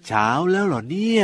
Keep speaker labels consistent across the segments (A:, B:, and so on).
A: เช้าแล้วเหรอเนี่ย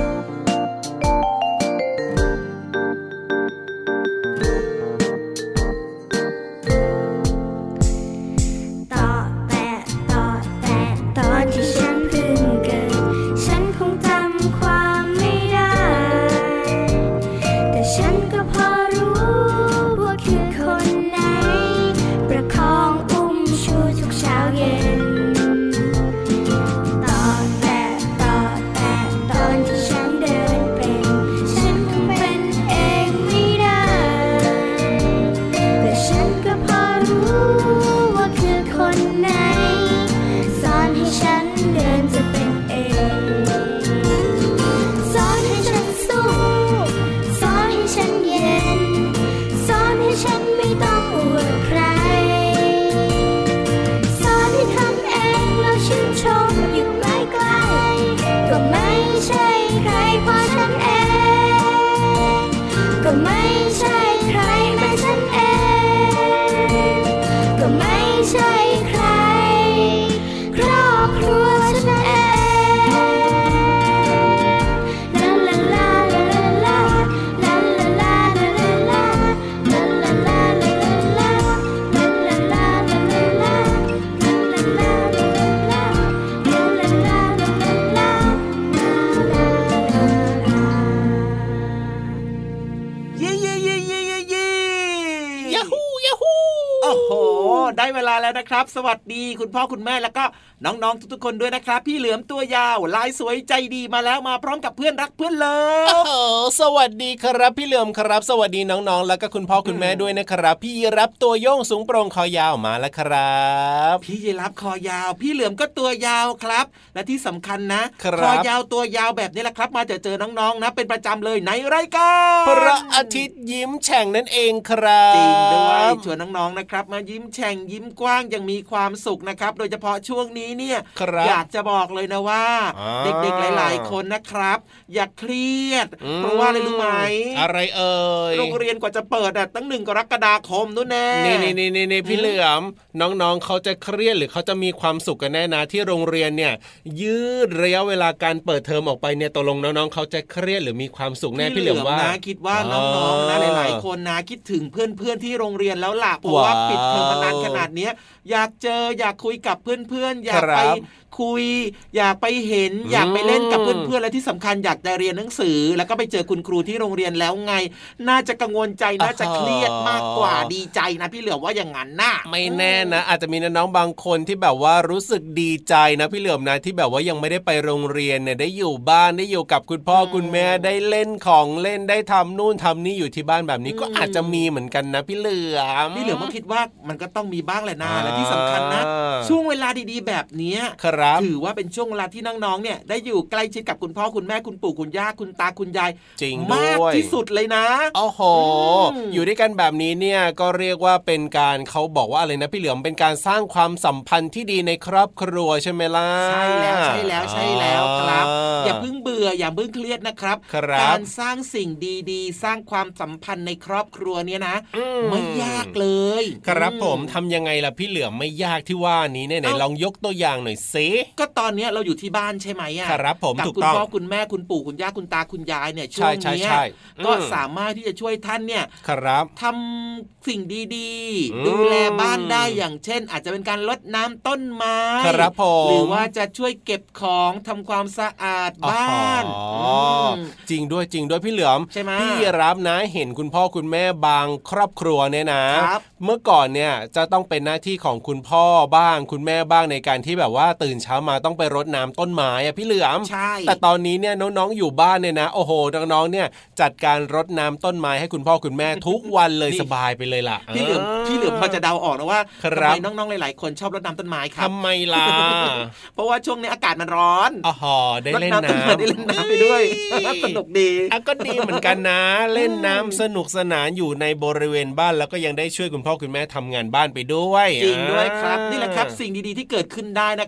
B: ได้เวลาแล้วนะครับสวัสดีคุณพ่อคุณแม่แล้วก็น้องๆทุกๆคนด้วยนะครับพี่เหลือมตัวยาวลายสวยใจดีมาแล้วมาพร้อมกับเพื่อนรักเพื่อนเลิฟ
C: สวัสดีครับพี่เหลือมครับสวัสดีน้องๆแล้วก็คุณพ่อคุณแม่ด้วยนะครับพี่รับตัวโยงสูงโปร่งคอยาวมาแล้วครับ
B: พี่ยีรับคอยาวพี่เหลือมก็ตัวยาวครับและที่สำคัญนะคอยาวตัวยาวแบบนี้แหละครับมาเจอน้องๆนะเป็นประจำเลยในรายการ
C: พระอาทิตย์ยิ้มแฉ่งนั่นเองครับ
B: จริงด้วยชวนน้องๆนะครับมายิ้มแฉ่งยิ้มกว้างยังมีความสุขนะครับโดยเฉพาะช่วงนี้เนี่ยอยากจะบอกเลยนะว่าเด็กๆหลายๆคนนะครับอย่าเครียดเพราะว่าอะไรรู้ไหม
C: อะไรเอ่ย
B: โรงเรียนกว่าจะเปิดตั้ง1 กรกฎาคมนู่นแน่
C: นี่พี่เหลือมน้องๆเขาจะเครียดหรือเขาจะมีความสุขกันแน่นะที่โรงเรียนเนี่ยยืดระยะเวลาการเปิดเทอมออกไปเนี่ยตกลงน้องๆเขาจะเครียดหรือมีความสุขแน่พี่เหลือมว่า
B: นะคิดว่าน้องๆนะหลายๆคนนะคิดถึงเพื่อนๆที่โรงเรียนแล้วล่ะเพราะว่าปิดเทอมมานานขนาดนี้อยากเจออยากคุยกับเพื่อนๆอยากไปคุยอยากไปเห็นอยากไปเล่นกับเพื่อนๆและที่สำคัญอยากจะเรียนหนังสือแล้วก็ไปเจอคุณครูที่โรงเรียนแล้วไงน่าจะกังวลใจน่าจะเครียดมากกว่าดีใจนะพี่เหลือมว่าอย่างนั้นน่ะ
C: ไม่แน่นะอาจจะมีน้องๆบางคนที่แบบว่ารู้สึกดีใจนะพี่เหลือมนะที่แบบว่ายังไม่ได้ไปโรงเรียนเนี่ยได้อยู่บ้านได้อยู่กับคุณพ่อคุณแม่ได้เล่นของเล่นได้ทำนู่นทำนี่อยู่ที่บ้านแบบนี้ก็อาจจะมีเหมือนกันนะพี่เหลือม
B: ก็คิดว่ามันก็ต้องมีบ้างแหละนะและที่สำคัญนะช่วงเวลาดีๆแบบนี้ถือว่าเป็นช่วงเวลาที่น้องๆเนี่ยได้อยู่ใกล้ชิดกับคุณพ่อคุณแม่คุณปู่คุณย่าคุณตาคุณยาย
C: จริง
B: มากที่สุดเลยนะ
C: โอ้โหอยู่ด้วยกันแบบนี้เนี่ยก็เรียกว่าเป็นการเขาบอกว่าอะไรนะพี่เหลือมเป็นการสร้างความสัมพันธ์ที่ดีในครอบครัวใช่ไหมล่ะ
B: ใช่แล้วครับอย่าเพิ่งเบื่ออย่าเพิ่งเครียดนะครับการสร้างสิ่งดีๆสร้างความสัมพันธ์ในครอบครัวเนี่ยนะไม่ยากเลย
C: ครับผมทำยังไงล่ะพี่เหลือมไม่ยากที่ว่านี้ไหนลองยกตัวอย่างหน่อยสิ
B: ก็ตอนนี้เราอยู่ที่บ้านใช่ไหม
C: ครับผม
B: กับคุณพ่อคุณแม่คุณปู่คุณย่าคุณตาคุณยายเนี่ยช่วงนี้ก็สามารถที่จะช่วยท่านเนี่ยทำสิ่งดีๆดูแลบ้านได้อย่างเช่นอาจจะเป็นการรดน้ำต้นไม้หรือว่าจะช่วยเก็บของทำความสะอาดบ้าน
C: จริงด้วยพี่เหลือมพี่รับนะเห็นคุณพ่อคุณแม่บางครอบครัวเนี่ยนะเมื่อก่อนเนี่ยจะต้องเป็นหน้าที่ของคุณพ่อบ้างคุณแม่บ้างในการที่แบบว่าตื่นเช้ามาต้องไปรดน้ำต้นไม้พี่เหลือมแต่ตอนนี้เนี่ยน้องๆอยู่บ้านเนี่ยนะโอ้โหน้องๆเนี่ยจัดการรดน้ำต้นไม้ให้คุณพ่อคุณแม่ทุกวันเลยสบายไปเลยล่ะ
B: พี่เหลือมพอจะเดาออกนะว่าทำไมน้องๆหลายๆคนชอบรดน้ำต้นไม้ครับ
C: ทำไมล่ะ
B: เพราะว่าช่วงนี้อากาศมันร้อน
C: อ๋อได้เล่นน้ำ
B: ได้เล่นน้ำไปด้วยสนุกดี
C: ก็ดีเหมือนกันนะเล่นน้ำสนุกสนานอยู่ในบริเวณบ้านแล้วก็ยังได้ช่วยคุณพ่อคุณแม่ทำงานบ้านไปด้วย
B: จริงด้วยครับนี่แหละครับสิ่งดีๆที่เกิดขึ้นได้นะครับน้อง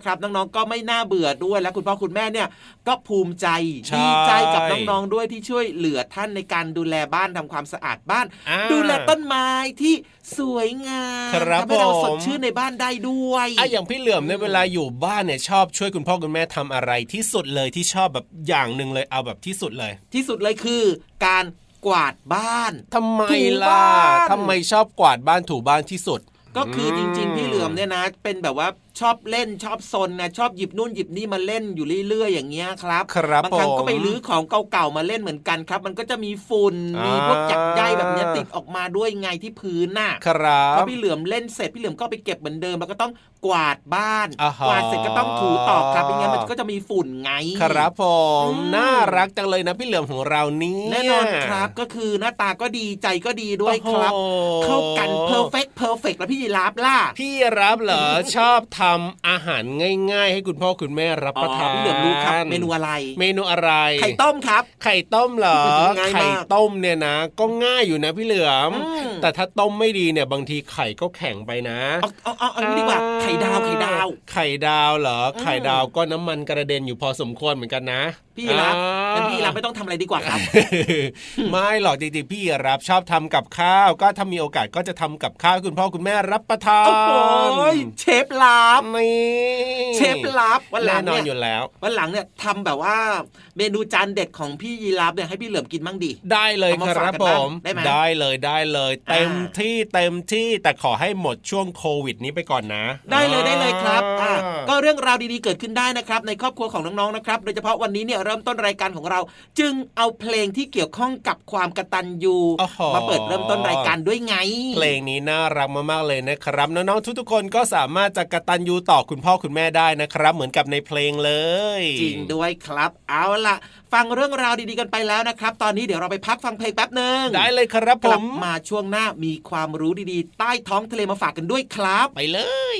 B: องๆก็ไม่น่าเบื่อด้วยและคุณพ่อคุณแม่เนี่ยก็ภูมิใจดีใจกับน้องๆด้วยที่ช่วยเหลือท่านในการดูแลบ้านทำความสะอาดบ้านดูแลต้นไม้ที่สวยงามทำให้เราสดชื่นในบ้านได้ด้วย
C: อย่างพี่เหลือมในเวลาอยู่บ้านเนี่ยชอบช่วยคุณพ่อคุณแม่ทำอะไรที่สุดเลยที่ชอบแบบอย่างนึงเลยเอาแบบที่สุดเลย
B: ที่สุดเลยคือการกวาดบ้าน
C: ทำไมล่ะทำไมชอบกวาดบ้านถูบ้านที่สุด
B: ก็คือจริงๆพี่เหลือมเนี่ยนะเป็นแบบว่าชอบเล่นชอบซนนะชอบหยิบนู่นหยิบนี่มาเล่นอยู่เรื่อยๆอย่างเงี้ยครับบางครั้งก็ไปลื้อของเก่าๆมาเล่นเหมือนกันครับมันก็จะมีฝุ่นมีพวกจักใยแบบนี้ติดออกมาด้วยไงที่พื้นน่ะพอพี่เหลือมเล่นเสร็จพี่เหลือมก็ไปเก็บเหมือนเดิมแล้วก็ต้องกวาดบ้านกวาดเสร็จก็ต้องถูต่อครับไม่งั้นมันก็จะมีฝุ่นไง
C: ครับผมน่ารักจังเลยนะพี่เหลือมของเรานี่
B: แน่นอนครับก็คือหน้าตาก็ดีใจก็ดีด้วยครับเข้ากันเพอร์เฟกต์แล้วพี่ยีราฟล่ะ
C: พี่ยีราฟเหรอชอบทำอาหารง่ายๆให้คุณพ่อคุณแม่รับประทาน
B: พี่เหลือมรู้ครับเมนูอะไรไข่ต้มครับ
C: ไข่ต้มเหรอไข่ต้มเนี่ยนะก็ง่ายอยู่นะพี่เหลือมแต่ถ้าต้มไม่ดีเนี่ยบางทีไข่ก็แข็งไปนะ
B: เอางี้ดีกว่าไข่ดาวเหรอไข่
C: ดาวก็น้ำมันกระเด็นอยู่พอสมควรเหมือนกันนะ
B: พี่รับไม่ต้องทำอะไรดีกว่าครับ
C: ไม่หรอกจริงๆพี่รับชอบทำกับข้าวก็ถ้ามีโอกาสก็จะทำกับข้าวคุณพ่อคุณแม่รับประทาน
B: โอ้ยเชฟลับ
C: นี่
B: เชฟลับวันหลังเนี่ย
C: อยู่แล้ว
B: วันหลังเนี่ยทำแบบว่าเมนูจานเด็ดของพี่ยีราฟเนี่ยให้พี่เหลือมกินบ้างดิ
C: ได้เลยครับผมได้เลยเต็มที่แต่ขอให้หมดช่วงโควิดนี้ไปก่อนนะ
B: ได้เลยครับก็เรื่องราวดีๆเกิดขึ้นได้นะครับในครอบครัวของน้องๆนะครับโดยเฉพาะวันนี้เนี่ยเริ่มต้นรายการของเราจึงเอาเพลงที่เกี่ยวข้องกับความกตัญญูมาเปิดเริ่มต้นรายการด้วยไง
C: เพลงนี้น่ารักมากๆเลยนะครับน้องๆทุกๆคนก็สามารถจะกตัญญูต่อคุณพ่อคุณแม่ได้นะครับเหมือนกับในเพลงเลย
B: จริงด้วยครับเอาล่ะฟังเรื่องราวดีๆกันไปแล้วนะครับตอนนี้เดี๋ยวเราไปพักฟังเพลงแป๊บนึง
C: ได้เลยครับผม
B: กลับมาช่วงหน้ามีความรู้ดีๆใต้ท้องทะเลมาฝากกันด้วยครับ
C: ไปเลย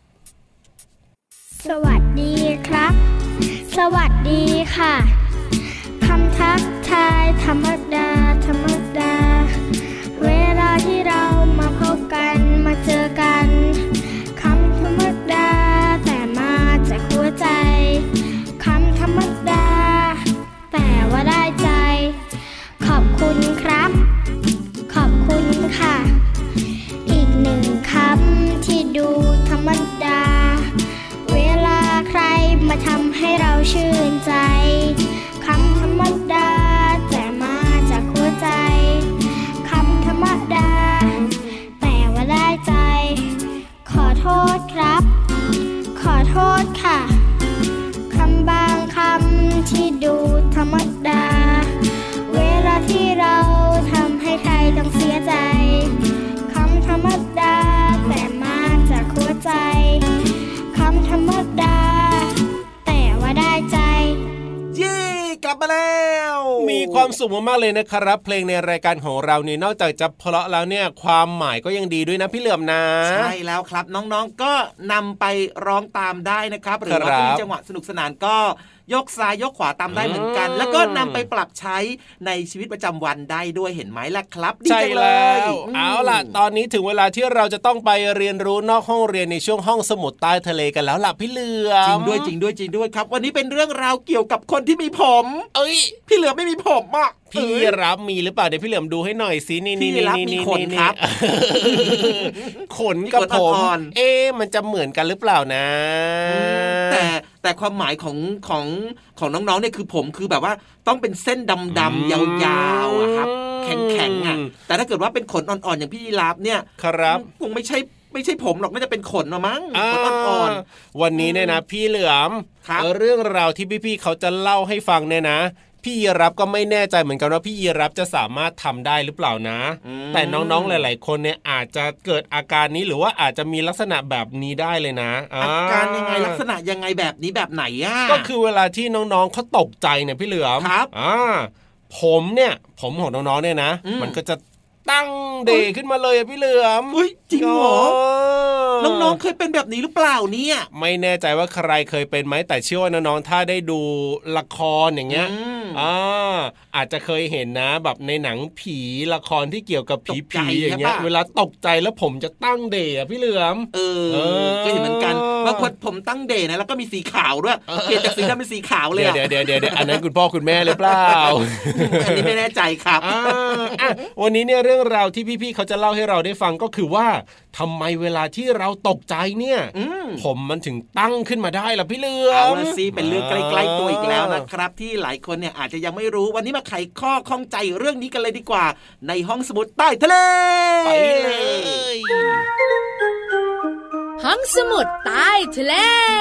A: สวัสดีครับสวัสดีค่ะคำทักทายธรรมดาเวลาที่เรามาพบกันมาเจอกันคำธรรมดาแต่มาจากหัวใจคำธรรมดาแต่ว่าได้ใจขอบคุณครับขอบคุณค่ะอีกหนึ่งคำที่ดูธรรมดาเวลาใครมาทำให้เราชื่นใจคำธรรมดาแต่มาจากหัวใจคำธรรมดาแต่ว่าได้ใจขอโทษครับขอโทษค่ะคำบางคำที่ดูธรรมดาเวลาที่เราทำให้ใครต้องเสียใจคำธรรมดาแต่มาจากหัวใจคำธรรมดาแต่ว่าได้ใจ
B: เย้กลับมาแล้ว
C: มีความสุขมากๆเลยนะครับเพลงในรายการของเราเนี่ยนอกจากจะเพราะแล้วเนี่ยความหมายก็ยังดีด้วยนะพี่เหลือมนะ
B: ใช่แล้วครับน้องๆก็นำไปร้องตามได้นะครับหรือว่าที่จังหวะสนุกสนานก็ยกซ้ายยกขวาตามได้เหมือนกันแล้วก็นำไปปรับใช้ในชีวิตประจำวันได้ด้วยเห็นไหมล่ะครับดีจังเลย
C: เอาล่ะตอนนี้ถึงเวลาที่เราจะต้องไปเรียนรู้นอกห้องเรียนในช่วงห้องสมุดใต้ทะเลกันแล้วล่ะพี่เหลือม
B: จริงด้วยครับวันนี้เป็นเรื่องราวเกี่ยวกับคนที่มีผมพี่เหลือมไม่มีผมอ่ะ
C: พี่รับมีหรือเปล่าเดี๋ยวพี่เหลือมดูให้หน่อยสินี่
B: พี่รับมีขนครับ
C: ขนกับผมมันจะเหมือนกันหรือเปล่านะ
B: แต่ความหมายของน้องๆเนี่ยคือผมคือแบบว่าต้องเป็นเส้นดำๆยาวๆอะครับแข็งๆอ่ะแต่ถ้าเกิดว่าเป็นขนอ่อนๆอย่างพี่รับเนี่ย
C: ครับ
B: คงไม่ใช่ผมหรอกน่าจะเป็นขนหรอมั้งขนอ่อน
C: ๆวันนี้เนี่ยนะพี่เหลือมเรื่องราวที่พี่ๆเขาจะเล่าให้ฟังเนี่ยนะพี่ยีรับก็ไม่แน่ใจเหมือนกันว่าพี่ยีรับจะสามารถทำได้หรือเปล่านะแต่น้องๆหลายๆคนเนี่ยอาจจะเกิดอาการนี้หรือว่าอาจจะมีลักษณะแบบนี้ได้เลยนะ
B: อาการยังไงลักษณะยังไงแบบนี้แบบไหนอ่ะ
C: ก็คือเวลาที่น้องๆเขาตกใจเนี่ยพี่เหลือม
B: ครับ
C: ผมของน้องๆเนี่ยนะมันก็จะตั้งเดขึ้นมาเลยพี่เหลือม
B: จริงเหรอน้องๆเคยเป็นแบบนี้หรือเปล่าเนี่ย
C: ไม่แน่ใจว่าใครเคยเป็นไหมแต่เชื่อว่าน้องๆถ้าได้ดูละครอย่างเงี้ยอาจจะเคยเห็นนะแบบในหนังผีละครที่เกี่ยวกับผีอย่างเงี้ยเวลาตกใจแล้วผมจะตั้งเดย์พี่เหลือม
B: ก็เหมือนกันบางคนผมตั้งเดย์นะแล้วก็มีสีขาวด้วยเปลี่ยนจากสีดำเป็นสีขาวเลย
C: เดี๋ยวอันนั้นคุณพ่อคุณแม่หรือเปล่า
B: อันนี้ไม่แน่ใจครับ
C: วันนี้เนี่ยเรื่องราวที่พี่ๆเขาจะเล่าให้เราได้ฟังก็คือว่าทำไมเวลาที่เราตกใจเนี่ยผมมันถึงตั้งขึ้นมาได้ล่ะพี่เหลือม
B: เอาละสิเป็นเรื่องใกล้ๆตัวอีกแล้วนะครับที่หลายคนเนี่ยอาจจะยังไม่รู้วันนี้มาไขข้อข้องใจเรื่องนี้กันเลยดีกว่าในห้องสมุดใต้ทะเล
C: ไปเลย
D: ห้องสมุดใต้ทะเล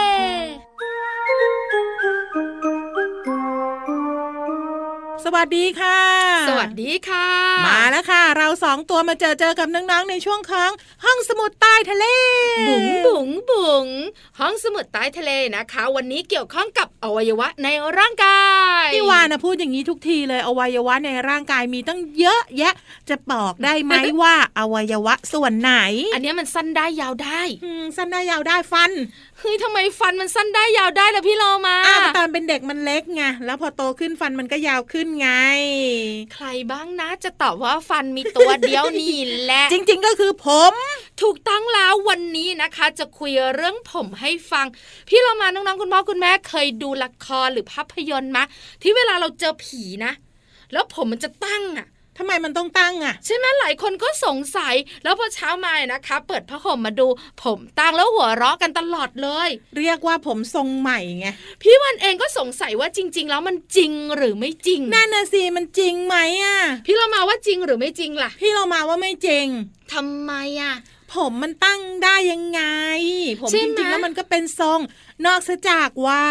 E: สวัสดีค่ะ
D: สวัสดีค่ะ
E: มาแล้วค่ะเรา2ตัวมาเจอกับน้องๆในช่วงของห้องสมุดใต้ทะเล
D: บุ๋งบุ๋งบุ๋งห้องสมุดใต้ทะเลนะคะวันนี้เกี่ยวข้องกับอวัยวะในร่างกาย
E: พี่วานะพูดอย่างนี้ทุกทีเลยอวัยวะในร่างกายมีตั้งเยอะแยะจะบอกได้ไหม ว่าอวัยวะส่วนไหน
D: อันนี้มันสั้นได้ยาวได้
E: สั้นได้ยาวได้ฟัน
D: เฮ้ยทำไมฟันมันสั้นได้ยาวได้ล่ะพี่โลมา
E: ตอนเป็นเด็กมันเล็กไงแล้วพอโตขึ้นฟันมันก็ยาวขึ้นไง
D: ใครบ้างนะจะตอบว่าฟันมีตัวเดียวนี่แหละ
E: จริงๆก็คือผม
D: ถูกต้องแล้ววันนี้นะคะจะคุยเรื่องผมให้ฟังพี่โลมาน้องๆคุณพ่อคุณแม่เคยดูละครหรือภาพยนตร์มั้ยที่เวลาเราเจอผีนะแล้วผมมันจะตั้ง
E: ทำไมมันต้องตั้ง
D: ใช่ไหมหลายคนก็สงสัยแล้วพอเช้ามานะคะเปิดผ้าห่มมาดูผมตั้งแล้วหัวเราะกันตลอดเลย
E: เรียกว่าผมทรงใหม่ไง
D: พี่วันเองก็สงสัยว่าจริงๆแล้วมันจริงหรือไม่จริง
E: นั่นน่ะสิมันจริงไหม
D: พี่เรามาว่าจริงหรือไม่จริงล่ะ
E: พี่เรามาว่าไม่จริง
D: ทำไม
E: ผมมันตั้งได้ยังไงผมจริงๆแล้วมันก็เป็นทรงนอกจากว่า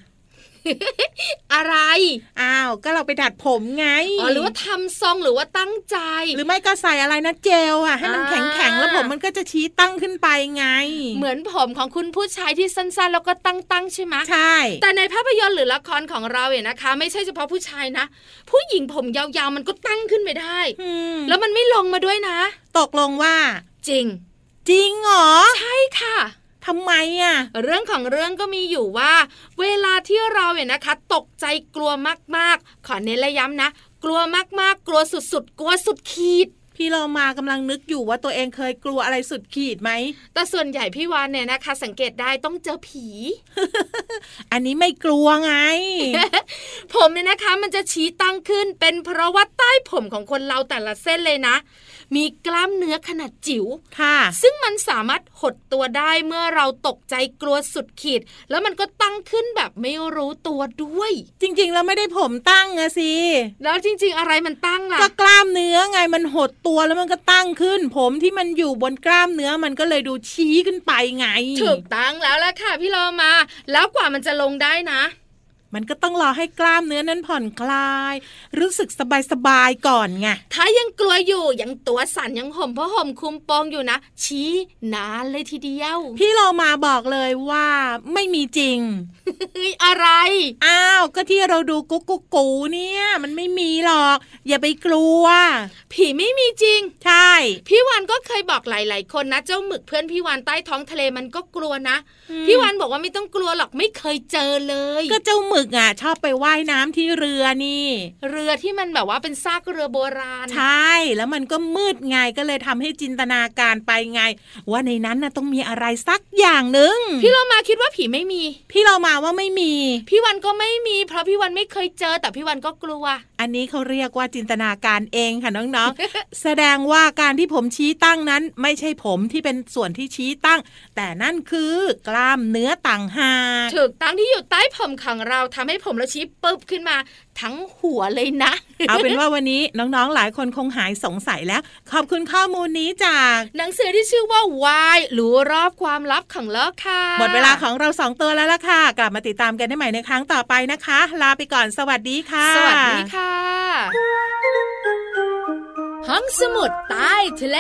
D: อะไร
E: ก็เราไปดัดผมไง
D: หรือว่าทำทรงหรือว่าตั้งใจ
E: หรือไม่ก็ใส่อะไรนะเจลให้มันแข็งๆแล้วผมมันก็จะชี้ตั้งขึ้นไปไง
D: เหมือนผมของคุณผู้ชายที่สั้นๆแล้วก็ตั้งใช่ไหม
E: ใช่
D: แต่ในภาพยนตร์หรือละครของเราเนี่ยนะคะไม่ใช่เฉพาะผู้ชายนะผู้หญิงผมยาวๆมันก็ตั้งขึ้นไปได้แล้วมันไม่ลงมาด้วยนะ
E: ตกลงว่า
D: จริง
E: เหรอ
D: ใช่ค่ะ
E: ทำไม
D: เรื่องของเรื่องก็มีอยู่ว่าเวลาที่เราเนี่ยนะคะตกใจกลัวมากๆขอเน้นและย้ำนะกลัวมากๆกลัวสุดๆกลัวสุดขีด
E: พี่เรามากำลังนึกอยู่ว่าตัวเองเคยกลัวอะไรสุดขีดไหม
D: แต่ส่วนใหญ่พี่วานเนี่ยนะคะสังเกตได้ต้องเจอผี
E: อันนี้ไม่กลัวไง
D: ผมเนี่ยนะคะมันจะชี้ตั้งขึ้นเป็นเพราะว่าใต้ผมของคนเราแต่ละเส้นเลยนะมีกล้ามเนื้อขนาดจิ๋ว
E: ค่ะ
D: ซึ่งมันสามารถหดตัวได้เมื่อเราตกใจกลัวสุดขีดแล้วมันก็ตั้งขึ้นแบบไม่รู้ตัวด้วย
E: จริงๆแล้วไม่ได้ผมตั้งสิ
D: แล้วจริงๆอะไรมันตั้งล่ะ
E: ก็กล้ามเนื้อไงมันหดตัวแล้วมันก็ตั้งขึ้นผมที่มันอยู่บนกล้ามเนื้อมันก็เลยดูชี้ขึ้นไปไง
D: ถูกตั้งแล้วล่ะค่ะพี่โลมาแล้วกว่ามันจะลงได้นะ
E: มันก็ต้องรอให้กล้ามเนื้อนั้นผ่อนคลายรู้สึกสบายๆก่อนไง
D: ถ้ายังกลัวอยู่ยังตัวสั่นยังห่มผ้าห่มคลุมโปงอยู่นะชี้นานเลยทีเดียว
E: พี่โลมาบอกเลยว่าไม่มีจริง
D: อะไร
E: ก็ที่เราดูกุ๊กกุ๊กกูเนี่ยมันไม่มีหรอกอย่าไปกลัว
D: ผีไม่มีจริง
E: ใช่
D: พี่วานก็เคยบอกหลายๆคนนะเจ้าหมึกเพื่อนพี่วานใต้ท้องทะเลมันก็กลัวนะพี่วานบอกว่าไม่ต้องกลัวหรอกไม่เคยเจอเลย
E: ก็เจ้าหมึกชอบไปว่ายน้ำที่เรือนี่
D: เรือที่มันแบบว่าเป็นซากเรือโบราณ
E: ใช่แล้วมันก็มืดไงก็เลยทำให้จินตนาการไปไงว่าในนั้นน่ะต้องมีอะไรสักอย่างนึง
D: พี่เรามาคิดว่าผีไม่มี
E: พี่เรามาว่าไม่มี
D: พี่วันก็ไม่มีเพราะพี่วันไม่เคยเจอแต่พี่วันก็กลัว
E: อันนี้เขาเรียกว่าจินตนาการเองค่ะน้องๆ แสดงว่าการที่ผมชี้ตั้งนั้นไม่ใช่ผมที่เป็นส่วนที่ชี้ตั้งแต่นั่นคือกล้ามเนื้อต่างหาก
D: ถูกตั้งที่อยู่ใต้ผมของเราทำให้ผมเราชี้ปึ๊บขึ้นมาทั้งหัวเลยนะ
E: เอาเป็นว่าวันนี้น้องๆหลายคนคงหายสงสัยแล้วขอบคุณข้อมูลนี้จาก
D: หนังสือที่ชื่อว่าวายรู้รอบความลับของโลกค่ะ
E: หมดเวลาของเรา2ตัวแล้วล่ะค่ะกลับมาติดตามกันได้ใหม่ในครั้งต่อไปนะคะลาไปก่อนสวัสดีค่ะ
D: สวัสดีค่ะห้องสมุดใต้ทะเล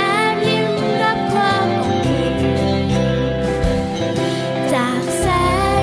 A: จากแสง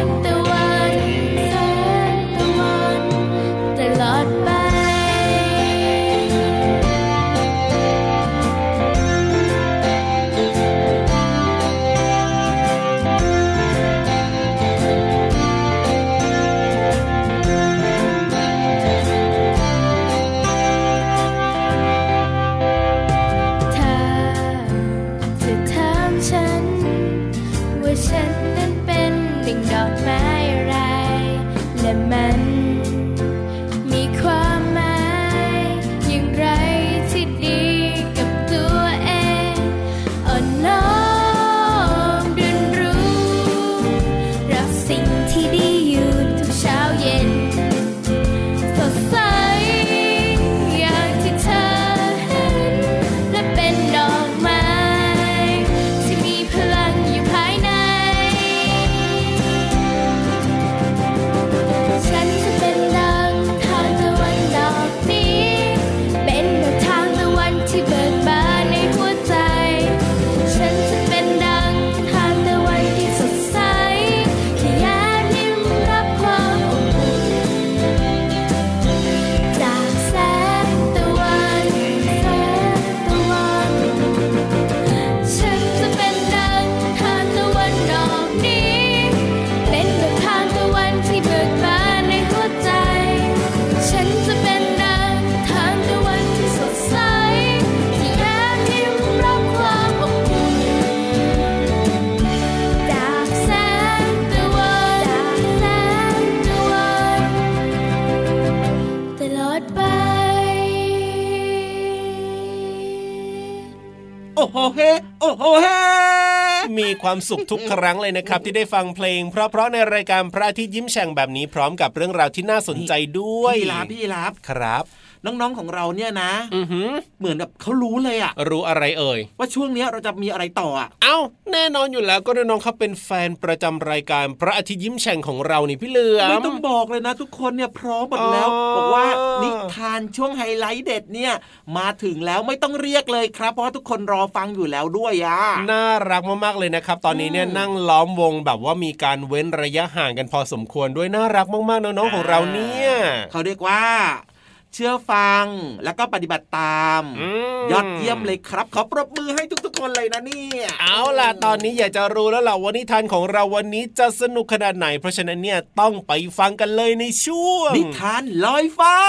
B: โหเฮโอ้โหเฮ
C: มีความสุขทุกครั้งเลยนะครับที่ได้ฟังเพลงเพราะในรายการพระอาทิตย์ยิ้มแฉ่งแบบนี้พร้อมกับเรื่องราวที่น่าสนใจด้วย
B: พี่รับ
C: ครับ
B: น้องๆของเราเนี่ยนะเหมือนกับเขารู้เลยอะ
C: รู้อะไรเอ่ย
B: ว่าช่วงนี้เราจะมีอะไรต่ออะ
C: เอ้าแน่นอนอยู่แล้วก็น้องๆเขาเป็นแฟนประจำรายการพระอาทิตย์ยิ้มแฉ่งของเรานี่พี่เหลือม
B: ไม่ต้องบอกเลยนะทุกคนเนี่ยพร้อมหมดแล้วบอกว่านิทานช่วงไฮไลท์เด็ดเนี่ยมาถึงแล้วไม่ต้องเรียกเลยครับเพราะทุกคนรอฟังอยู่แล้วด้วยอะ
C: น่ารักมากๆเลยนะครับตอนนี้เนี่ยนั่งล้อมวงแบบว่ามีการเว้นระยะห่างกันพอสมควรด้วยน่ารักมากๆน้องๆของเราเนี่ย
B: เขาเรียกว่าเชื่อฟังแล้วก็ปฏิบัติตามยอดเยี่ยมเลยครับขอปรบมือให้ทุกๆคนเลยนะเนี่ย
C: เอาล่ะตอนนี้อยากจะรู้แล้วล่ะว่านิทานของเราวันนี้จะสนุกขนาดไหนเพราะฉะนั้นเนี่ยต้องไปฟังกันเลยในช่วง
B: นิทานลอยฟ้า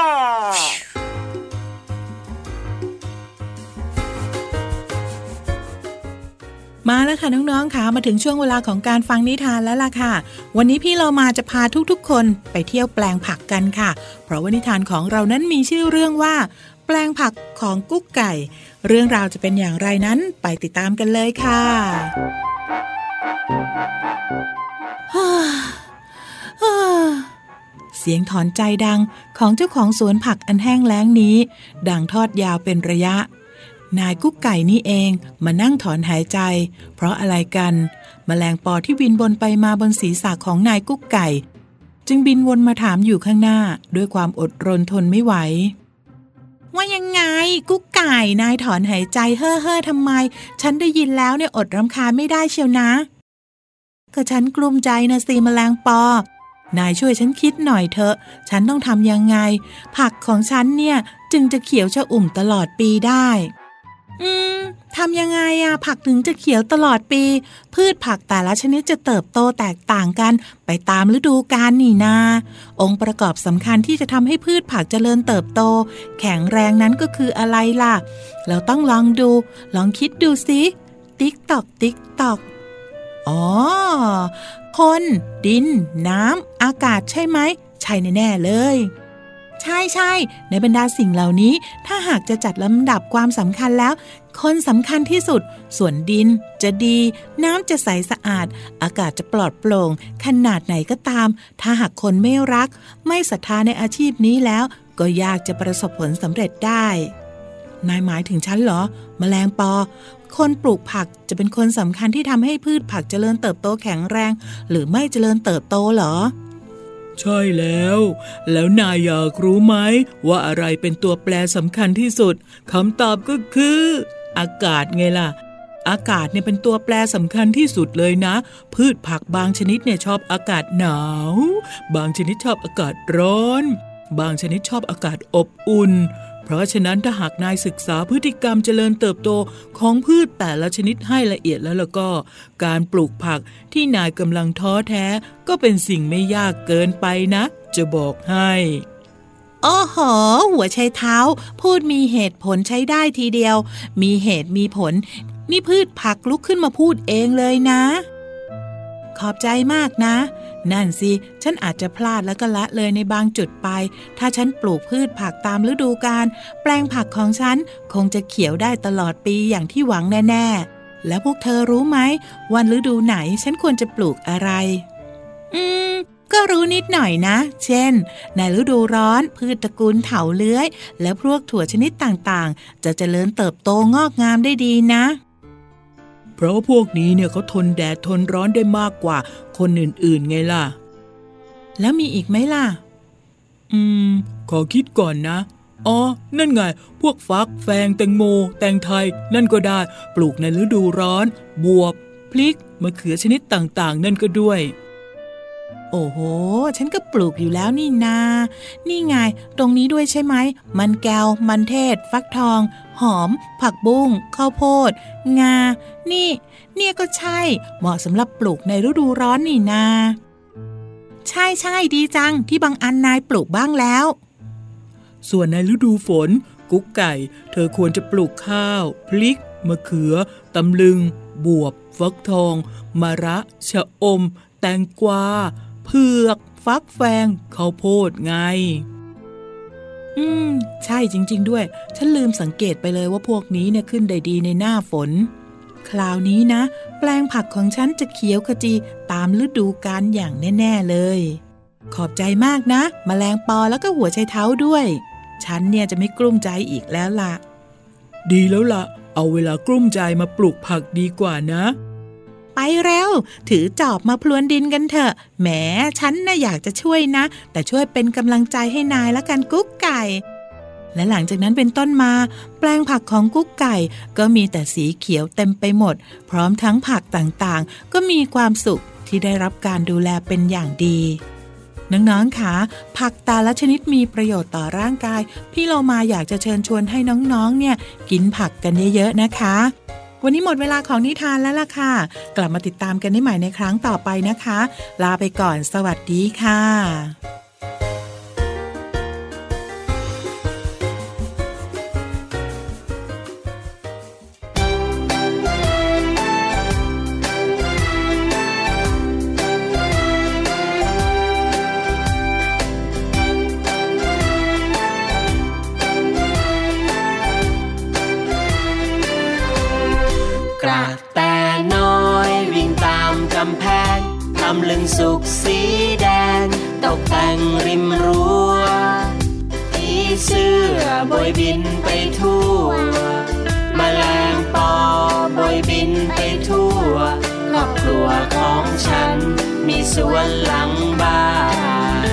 E: มาแล้วค่ะน้องๆค่ะมาถึงช่วงเวลาของการฟังนิทานแล้วล่ะค่ะวันนี้พี่เรามาจะพาทุกๆคนไปเที่ยวแปลงผักกันค่ะเพราะว่านิทานของเรานั้นมีชื่อเรื่องว่าแปลงผักของกุ๊กไก่เรื่องราวจะเป็นอย่างไรนั้นไปติดตามกันเลยค่ะเสียงถอนใจดังของเจ้าของสวนผักอันแห้งแล้งนี้ดังทอดยาวเป็นระยะนายกุ๊กไก่นี่เองมานั่งถอนหายใจเพราะอะไรกันแมลงปอที่บินวนไปมาบนศีรษะของนายกุ๊กไก่จึงบินวนมาถามอยู่ข้างหน้าด้วยความอดรนทนไม่ไหวว่ายังไงกุ๊กไก่นายถอนหายใจเฮ่อๆทำไมฉันได้ยินแล้วเนี่ยอดรำคาญไม่ได้เชียวนะก็ฉันกลุ้มใจนะสิแมลงปอนายช่วยฉันคิดหน่อยเถอะฉันต้องทำยังไงผักของฉันเนี่ยจึงจะเขียวชอุ่มตลอดปีได้ทำยังไงผักถึงจะเขียวตลอดปีพืชผักแต่ละชนิดจะเติบโตแตกต่างกันไปตามฤดูกาลนี่นาองค์ประกอบสำคัญที่จะทำให้พืชผักเจริญเติบโตแข็งแรงนั้นก็คืออะไรล่ะเราต้องลองคิดดูสิติ๊กตอกติ๊กตอกอ๋อคนดินน้ำอากาศใช่ไหมใช่แน่ๆเลยใช่ในบรรดาสิ่งเหล่านี้ถ้าหากจะจัดลำดับความสำคัญแล้วคนสำคัญที่สุดส่วนดินจะดีน้ำจะใสสะอาดอากาศจะปลอดโปร่งขนาดไหนก็ตามถ้าหากคนไม่รักไม่ศรัทธาในอาชีพนี้แล้วก็ยากจะประสบผลสำเร็จได้นายหมายถึงฉันเหรอแมลงปอคนปลูกผักจะเป็นคนสำคัญที่ทำให้พืชผักเจริญเติบโตแข็งแรงหรือไม่เจริญเติบโตเหรอ
F: ใช่แล้วนายอยากรู้ไหมว่าอะไรเป็นตัวแปรสำคัญที่สุดคำตอบก็คืออากาศไงล่ะอากาศเนี่ยเป็นตัวแปรสำคัญที่สุดเลยนะพืชผักบางชนิดเนี่ยชอบอากาศหนาวบางชนิดชอบอากาศร้อนบางชนิดชอบอากาศอบอุ่นเพราะฉะนั้นถ้าหากนายศึกษาพฤติกรรมเจริญเติบโตของพืชแต่ละชนิดให้ละเอียดแล้วก็การปลูกผักที่นายกำลังท้อแท้ก็เป็นสิ่งไม่ยากเกินไปนะจะบอกให้
E: โอ้โหหัวไชเท้าพูดมีเหตุผลใช้ได้ทีเดียวมีเหตุมีผลนี่พืชผักลุกขึ้นมาพูดเองเลยนะขอบใจมากนะนั่นสิฉันอาจจะพลาดแล้วก็ละเลยในบางจุดไปถ้าฉันปลูกพืชผักตามฤดูกาลแปลงผักของฉันคงจะเขียวได้ตลอดปีอย่างที่หวังแน่ๆแล้วพวกเธอรู้ไหมวันฤดูไหนฉันควรจะปลูกอะไรก็รู้นิดหน่อยนะเช่นในฤดูร้อนพืชตระกูลเถาเลื้อยและพวกถั่วชนิดต่างๆจะเจริญเติบโตงอกงามได้ดีนะ
F: เพราะพวกนี้เนี่ยเขาทนแดดทนร้อนได้มากกว่าคนอื่นๆไงล่ะ
E: แล้วมีอีกไหมล่ะ
F: ขอคิดก่อนนะอ๋อนั่นไงพวกฟักแฟงแตงโมแตงไทยนั่นก็ได้ปลูกในฤดูร้อนบวบพริกมะเขือชนิดต่างๆนั่นก็ด้วย
E: โอ้โหฉันก็ปลูกอยู่แล้วนี่นานี่ไงตรงนี้ด้วยใช่ไหมมันแก้วมันเทศฟักทองหอมผักบุ้งข้าวโพดงาเนี่ยก็ใช่เหมาะสำหรับปลูกในฤดูร้อนนี่นาใช่ดีจังที่บางอันนายปลูกบ้างแล้ว
F: ส่วนในฤดูฝนกุ๊กไก่เธอควรจะปลูกข้าวพริกมะเขือตำลึงบวบฟักทองมะระชะอมแตงกวาเผือกฟักแฟงข้าวโพดไง
E: ใช่จริงๆด้วยฉันลืมสังเกตไปเลยว่าพวกนี้เนี่ยขึ้นได้ดีในหน้าฝนคราวนี้นะแปลงผักของฉันจะเขียวขจีตามฤดูกาลอย่างแน่ๆเลยขอบใจมากนะแมลงปอแล้วก็หัวไชเท้าด้วยฉันเนี่ยจะไม่กลุ้มใจอีกแล้วล่ะ
F: ดีแล้วล่ะเอาเวลากลุ้มใจมาปลูกผักดีกว่านะ
E: ไปเร็วถือจอบมาพรวนดินกันเถอะแหมฉันน่ะอยากจะช่วยนะแต่ช่วยเป็นกำลังใจให้นายละกันกุ๊กไก่และหลังจากนั้นเป็นต้นมาแปลงผักของกุ๊กไก่ก็มีแต่สีเขียวเต็มไปหมดพร้อมทั้งผักต่างๆก็มีความสุขที่ได้รับการดูแลเป็นอย่างดีน้องๆค่ะผักแต่ละชนิดมีประโยชน์ต่อร่างกายพี่เรามาอยากจะเชิญชวนให้น้องๆเนี่ยกินผักกันเยอะๆนะคะวันนี้หมดเวลาของนิทานแล้วล่ะค่ะกลับมาติดตามกันได้ใหม่ในครั้งต่อไปนะคะลาไปก่อนสวัสดีค่ะ
G: กระแตน้อยวิ่งตามกำแพงทำลึงสุกสีแดงตกแต่งริมรั้วผีเสื้อโบยบินไปทั่วแมลงปอโบยบินไปทั่วครอบครัวของฉันมีสวนหลังบ้าน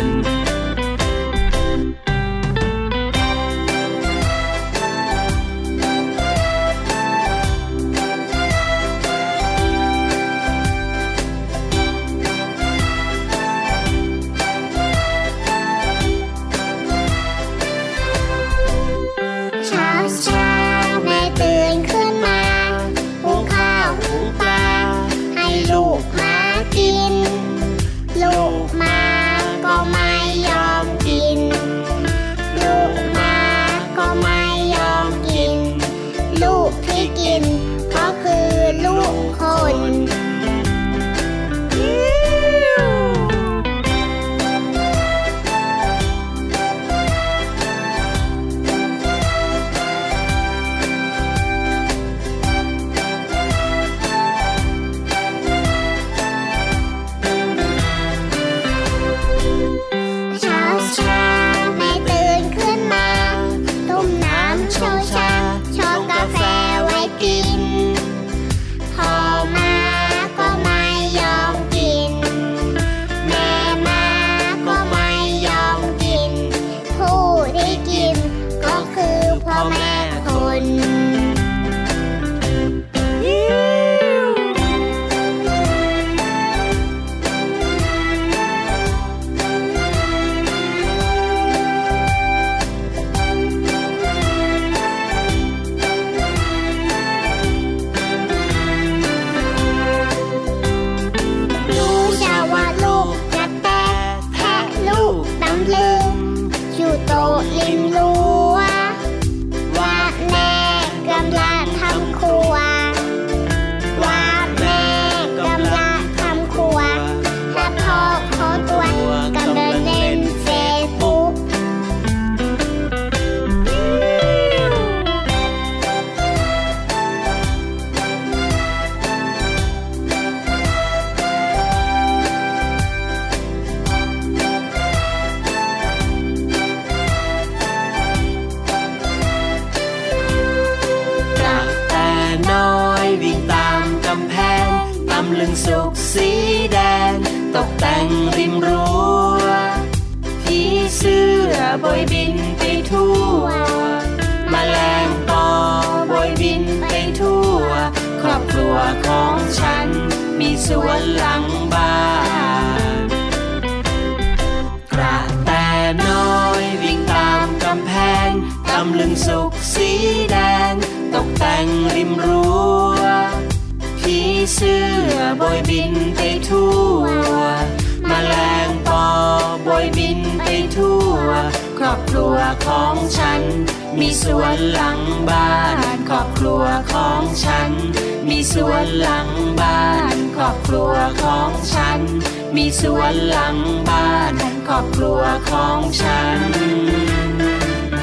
G: สุกสีแดงตกแต่งริมรั้วผีเสื้อโบยบินไปทั่วแมลงปอโบยบินไปทั่วครอบครัวของฉันมีสวนหลังบ้านกระแตน้อยวิ่งตามกำแพงตำลึงสุกสีแดงตกแต่งริมรั้วผีเสื้อโบยบินไปทั่วแมลงปอโบยบินไปทั่วครอบครัวของฉันมีสวนหลังบ้านครอบครัวของฉันมีสวนหลังบ้านครอบครัวของฉันมีสวนหลังบ้านครอบครัวของฉัน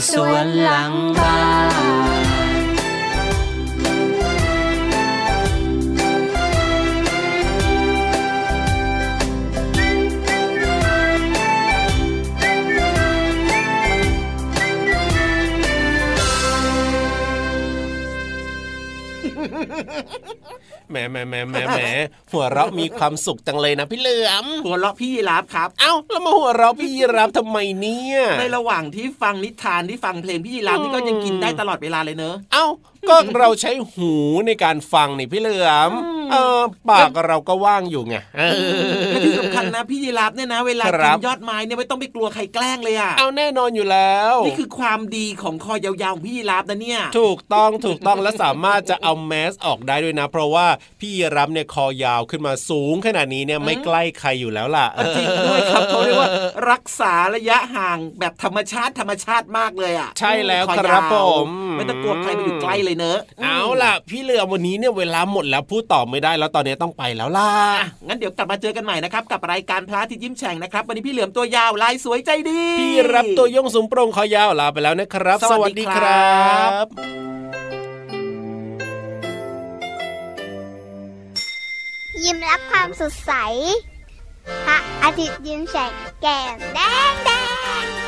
G: สวนหลังบ้าน
C: แหมหัวเราะมีความสุขจังเลยนะพี่เหลือม
B: หัวเราะพี่ยีราฟครับ
C: เอ้าแล้วมาหัวเราะพี่ยีราฟทำไมเนี่ย
B: ในระหว่างที่ฟังนิทานที่ฟังเพลงพี่ยีราฟนี่ก็ยังกินได้ตลอดเวลาเลยเนอะ
C: เอ้าก็เราใช้หูในการฟังนี่พี่เหลือมปากเราก็ว่างอยู่ไง
B: และที่สำคัญนะพี่ยีราฟเนี่ยนะเวลากินยอดไม้เนี่ยไม่ต้องไปกลัวใครแกล้งเลยอ่ะ
C: เอาแน่นอนอยู่แล้ว
B: นี่คือความดีของคอยาวๆของพี่ยีราฟนะเนี่ย
C: ถูกต้องและสามารถจะเอาแมสออกได้ด้วยนะเพราะว่าพี่ยีราฟเนี่ยคอยาวขึ้นมาสูงขนาดนี้เนี่ยไม่ใกล้ใครอยู่แล้วล่ะ
B: จริงด้วยครับเขาเรียกว่ารักษาระยะห่างแบบธรรมชาติมากเลยอ่ะ
C: ใช่แล้วครับผม
B: ไม่ต้องกลัวใครมาอยู่ใกล้เลยเนอะ
C: เอาล่ะพี่เหลือมวันนี้เนี่ยเวลาหมดแล้วพูดต่อไม่ได้แล้วตอนนี้ต้องไปแล้วล่ะ
B: งั้นเดี๋ยวกลับมาเจอกันใหม่นะครับกับรายการพระอาทิตย์ยิ้มแฉ่งนะครับวันนี้พี่เหลือมตัวยาวลายสวยใจดี
C: พี่รับตัวโยงสูงโปร่งคอยาวลาไปแล้วนะครับสวัสดีครับ
A: ยิ้มรับความสดใสพระอาทิตย์ยิ้มแฉกแก้มแดง